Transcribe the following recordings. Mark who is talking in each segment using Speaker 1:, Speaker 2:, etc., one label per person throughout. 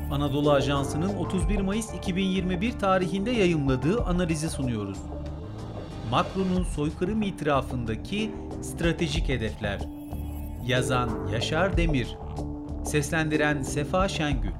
Speaker 1: Anadolu Ajansı'nın 31 Mayıs 2021 tarihinde yayımladığı analizi sunuyoruz. Macron'un soykırım itirafındaki stratejik hedefler. Yazan Yaşar Demir, seslendiren Sefa Şengül.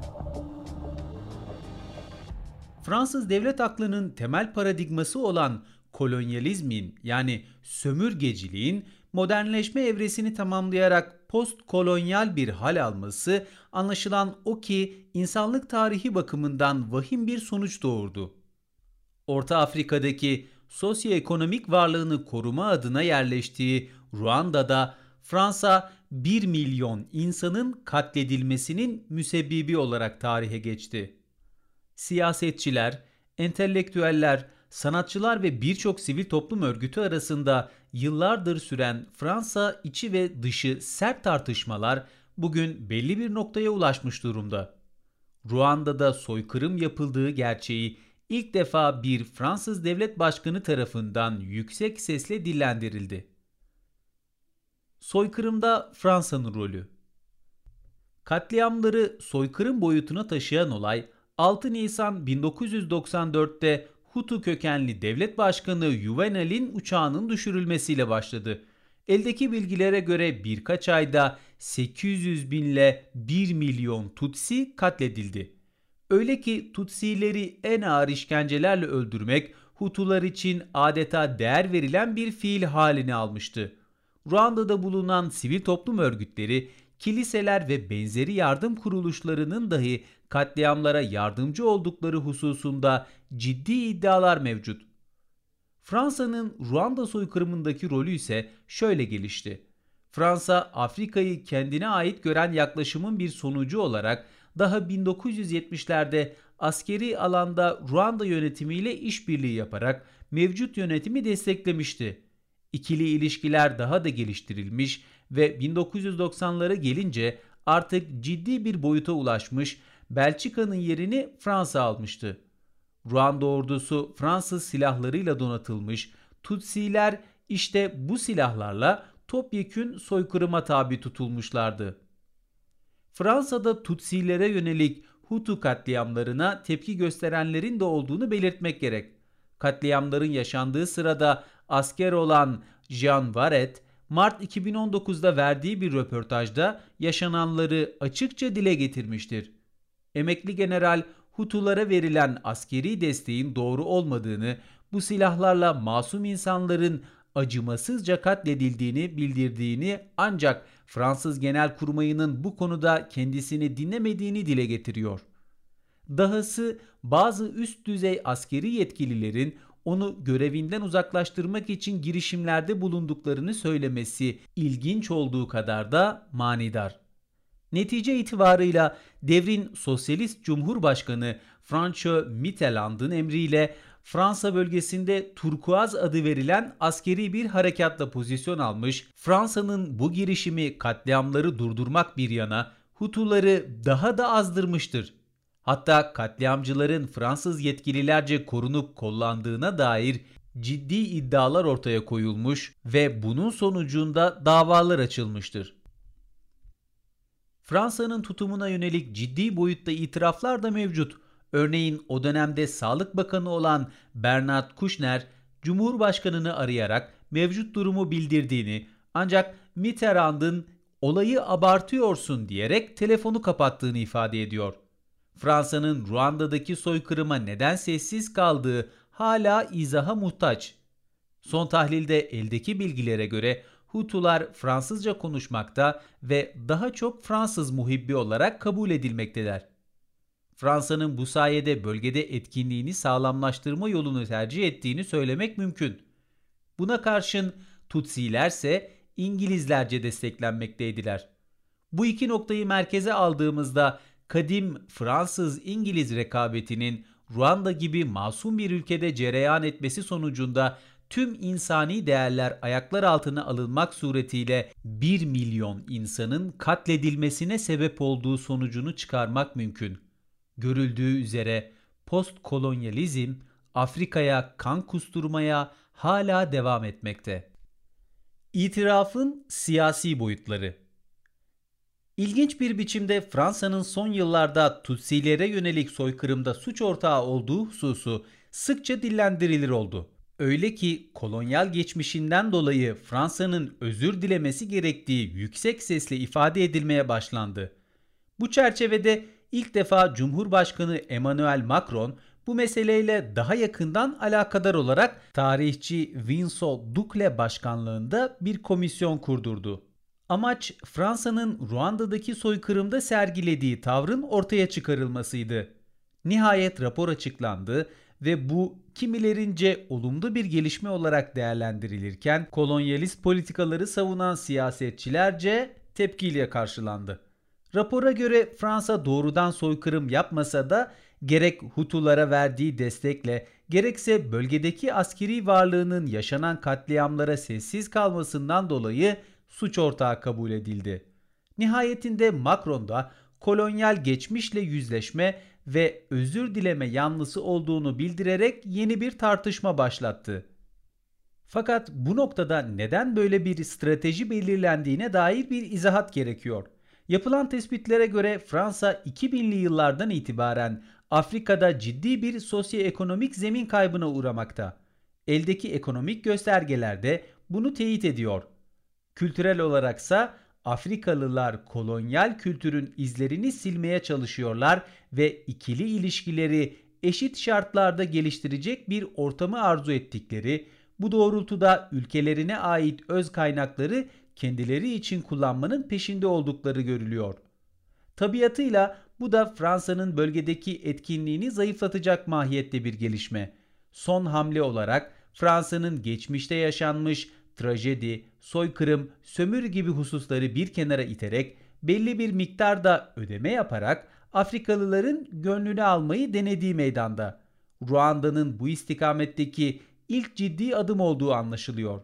Speaker 1: Fransız devlet aklının temel paradigması olan kolonyalizmin yani sömürgeciliğin modernleşme evresini tamamlayarak postkolonyal bir hal alması anlaşılan o ki insanlık tarihi bakımından vahim bir sonuç doğurdu. Orta Afrika'daki sosyoekonomik varlığını koruma adına yerleştiği Ruanda'da Fransa 1 milyon insanın katledilmesinin müsebbibi olarak tarihe geçti. Siyasetçiler, entelektüeller, sanatçılar ve birçok sivil toplum örgütü arasında yıllardır süren Fransa içi ve dışı sert tartışmalar bugün belli bir noktaya ulaşmış durumda. Ruanda'da soykırım yapıldığı gerçeği ilk defa bir Fransız devlet başkanı tarafından yüksek sesle dillendirildi. Soykırımda Fransa'nın rolü. Katliamları soykırım boyutuna taşıyan olay 6 Nisan 1994'te Hutu kökenli devlet başkanı Juvenal'in uçağının düşürülmesiyle başladı. Eldeki bilgilere göre birkaç ayda 800 bin ile 1 milyon Tutsi katledildi. Öyle ki Tutsileri en ağır işkencelerle öldürmek Hutular için adeta değer verilen bir fiil halini almıştı. Ruanda'da bulunan sivil toplum örgütleri, kiliseler ve benzeri yardım kuruluşlarının dahi katliamlara yardımcı oldukları hususunda ciddi iddialar mevcut. Fransa'nın Ruanda soykırımındaki rolü ise şöyle gelişti. Fransa, Afrika'yı kendine ait gören yaklaşımın bir sonucu olarak daha 1970'lerde askeri alanda Ruanda yönetimiyle işbirliği yaparak mevcut yönetimi desteklemişti. İkili ilişkiler daha da geliştirilmiş ve 1990'lara gelince artık ciddi bir boyuta ulaşmış, Belçika'nın yerini Fransa almıştı. Ruanda ordusu Fransız silahlarıyla donatılmış, Tutsiler işte bu silahlarla topyekün soykırıma tabi tutulmuşlardı. Fransa'da Tutsilere yönelik Hutu katliamlarına tepki gösterenlerin de olduğunu belirtmek gerek. Katliamların yaşandığı sırada asker olan Jean Varret, Mart 2019'da verdiği bir röportajda yaşananları açıkça dile getirmiştir. Emekli general Hutulara verilen askeri desteğin doğru olmadığını, bu silahlarla masum insanların acımasızca katledildiğini bildirdiğini ancak Fransız Genelkurmayı'nın bu konuda kendisini dinlemediğini dile getiriyor. Dahası bazı üst düzey askeri yetkililerin onu görevinden uzaklaştırmak için girişimlerde bulunduklarını söylemesi ilginç olduğu kadar da manidar. Netice itibarıyla devrin Sosyalist Cumhurbaşkanı François Mitterrand'ın emriyle Fransa bölgesinde Turkuaz adı verilen askeri bir harekatla pozisyon almış, Fransa'nın bu girişimi katliamları durdurmak bir yana Hutuları daha da azdırmıştır. Hatta katliamcıların Fransız yetkililerce korunup kollandığına dair ciddi iddialar ortaya koyulmuş ve bunun sonucunda davalar açılmıştır. Fransa'nın tutumuna yönelik ciddi boyutta itiraflar da mevcut. Örneğin o dönemde Sağlık Bakanı olan Bernard Kouchner, Cumhurbaşkanını arayarak mevcut durumu bildirdiğini ancak Mitterrand'ın olayı abartıyorsun diyerek telefonu kapattığını ifade ediyor. Fransa'nın Ruanda'daki soykırıma neden sessiz kaldığı hala izaha muhtaç. Son tahlilde eldeki bilgilere göre Hutular Fransızca konuşmakta ve daha çok Fransız muhibbi olarak kabul edilmektedir. Fransa'nın bu sayede bölgede etkinliğini sağlamlaştırma yolunu tercih ettiğini söylemek mümkün. Buna karşın Tutsiler ise İngilizlerce desteklenmekteydiler. Bu iki noktayı merkeze aldığımızda kadim Fransız-İngiliz rekabetinin Ruanda gibi masum bir ülkede cereyan etmesi sonucunda tüm insani değerler ayaklar altına alınmak suretiyle 1 milyon insanın katledilmesine sebep olduğu sonucunu çıkarmak mümkün. Görüldüğü üzere postkolonyalizm Afrika'ya kan kusturmaya hala devam etmekte. İtirafın siyasi boyutları. İlginç bir biçimde Fransa'nın son yıllarda Tutsilere yönelik soykırımda suç ortağı olduğu hususu sıkça dillendirilir oldu. Öyle ki kolonyal geçmişinden dolayı Fransa'nın özür dilemesi gerektiği yüksek sesle ifade edilmeye başlandı. Bu çerçevede ilk defa Cumhurbaşkanı Emmanuel Macron bu meseleyle daha yakından alakadar olarak tarihçi Vincent Ducler başkanlığında bir komisyon kurdurdu. Amaç Fransa'nın Ruanda'daki soykırımda sergilediği tavrın ortaya çıkarılmasıydı. Nihayet rapor açıklandı ve bu kimilerince olumlu bir gelişme olarak değerlendirilirken kolonyalist politikaları savunan siyasetçilerce tepkiyle karşılandı. Rapora göre Fransa doğrudan soykırım yapmasa da gerek Hutulara verdiği destekle gerekse bölgedeki askeri varlığının yaşanan katliamlara sessiz kalmasından dolayı suç ortağı kabul edildi. Nihayetinde Macron da kolonyal geçmişle yüzleşme ve özür dileme yanlısı olduğunu bildirerek yeni bir tartışma başlattı. Fakat bu noktada neden böyle bir strateji belirlendiğine dair bir izahat gerekiyor. Yapılan tespitlere göre Fransa 2000'li yıllardan itibaren Afrika'da ciddi bir sosyoekonomik zemin kaybına uğramakta. Eldeki ekonomik göstergeler de bunu teyit ediyor. Kültürel olaraksa Afrikalılar kolonyal kültürün izlerini silmeye çalışıyorlar ve ikili ilişkileri eşit şartlarda geliştirecek bir ortamı arzu ettikleri, bu doğrultuda ülkelerine ait öz kaynakları kendileri için kullanmanın peşinde oldukları görülüyor. Tabiatıyla bu da Fransa'nın bölgedeki etkinliğini zayıflatacak mahiyette bir gelişme. Son hamle olarak Fransa'nın geçmişte yaşanmış trajedi, soykırım, sömürü gibi hususları bir kenara iterek belli bir miktarda ödeme yaparak Afrikalıların gönlünü almayı denediği meydanda. Ruanda'nın bu istikametteki ilk ciddi adım olduğu anlaşılıyor.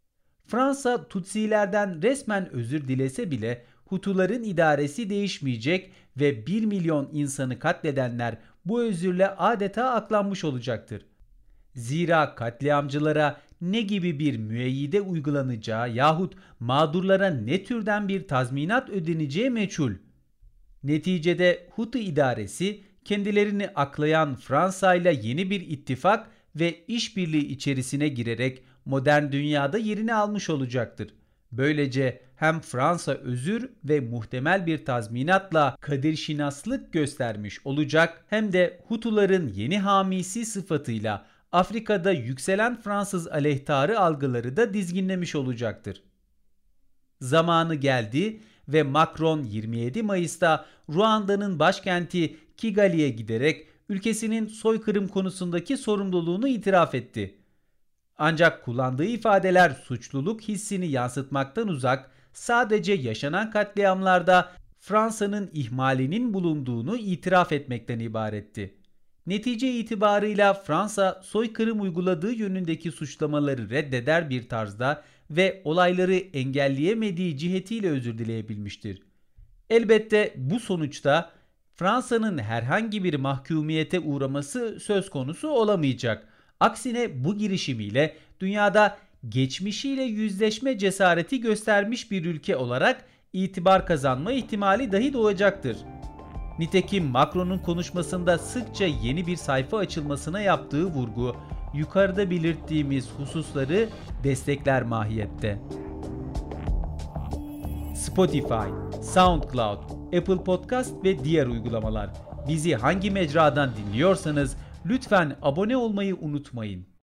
Speaker 1: Fransa Tutsilerden resmen özür dilese bile Hutuların idaresi değişmeyecek ve 1 milyon insanı katledenler bu özürle adeta aklanmış olacaktır. Zira katliamcılara ne gibi bir müeyyide uygulanacağı yahut mağdurlara ne türden bir tazminat ödeneceği meçhul. Neticede Hutu idaresi kendilerini aklayan Fransa ile yeni bir ittifak ve işbirliği içerisine girerek modern dünyada yerini almış olacaktır. Böylece hem Fransa özür ve muhtemel bir tazminatla kadirşinaslık göstermiş olacak hem de Hutuların yeni hamisi sıfatıyla Afrika'da yükselen Fransız aleyhtarı algıları da dizginlemiş olacaktır. Zamanı geldi ve Macron 27 Mayıs'ta Ruanda'nın başkenti Kigali'ye giderek ülkesinin soykırım konusundaki sorumluluğunu itiraf etti. Ancak kullandığı ifadeler suçluluk hissini yansıtmaktan uzak, sadece yaşanan katliamlarda Fransa'nın ihmalinin bulunduğunu itiraf etmekten ibaretti. Netice itibarıyla Fransa soykırım uyguladığı yönündeki suçlamaları reddeder bir tarzda ve olayları engelleyemediği cihetiyle özür dileyebilmiştir. Elbette bu sonuçta Fransa'nın herhangi bir mahkumiyete uğraması söz konusu olamayacak. Aksine bu girişimiyle dünyada geçmişiyle yüzleşme cesareti göstermiş bir ülke olarak itibar kazanma ihtimali dahi doğacaktır. Nitekim Macron'un konuşmasında sıkça yeni bir sayfa açılmasına yaptığı vurgu, yukarıda belirttiğimiz hususları destekler mahiyette. Spotify, SoundCloud, Apple Podcast ve diğer uygulamalar. Bizi hangi mecradan dinliyorsanız lütfen abone olmayı unutmayın.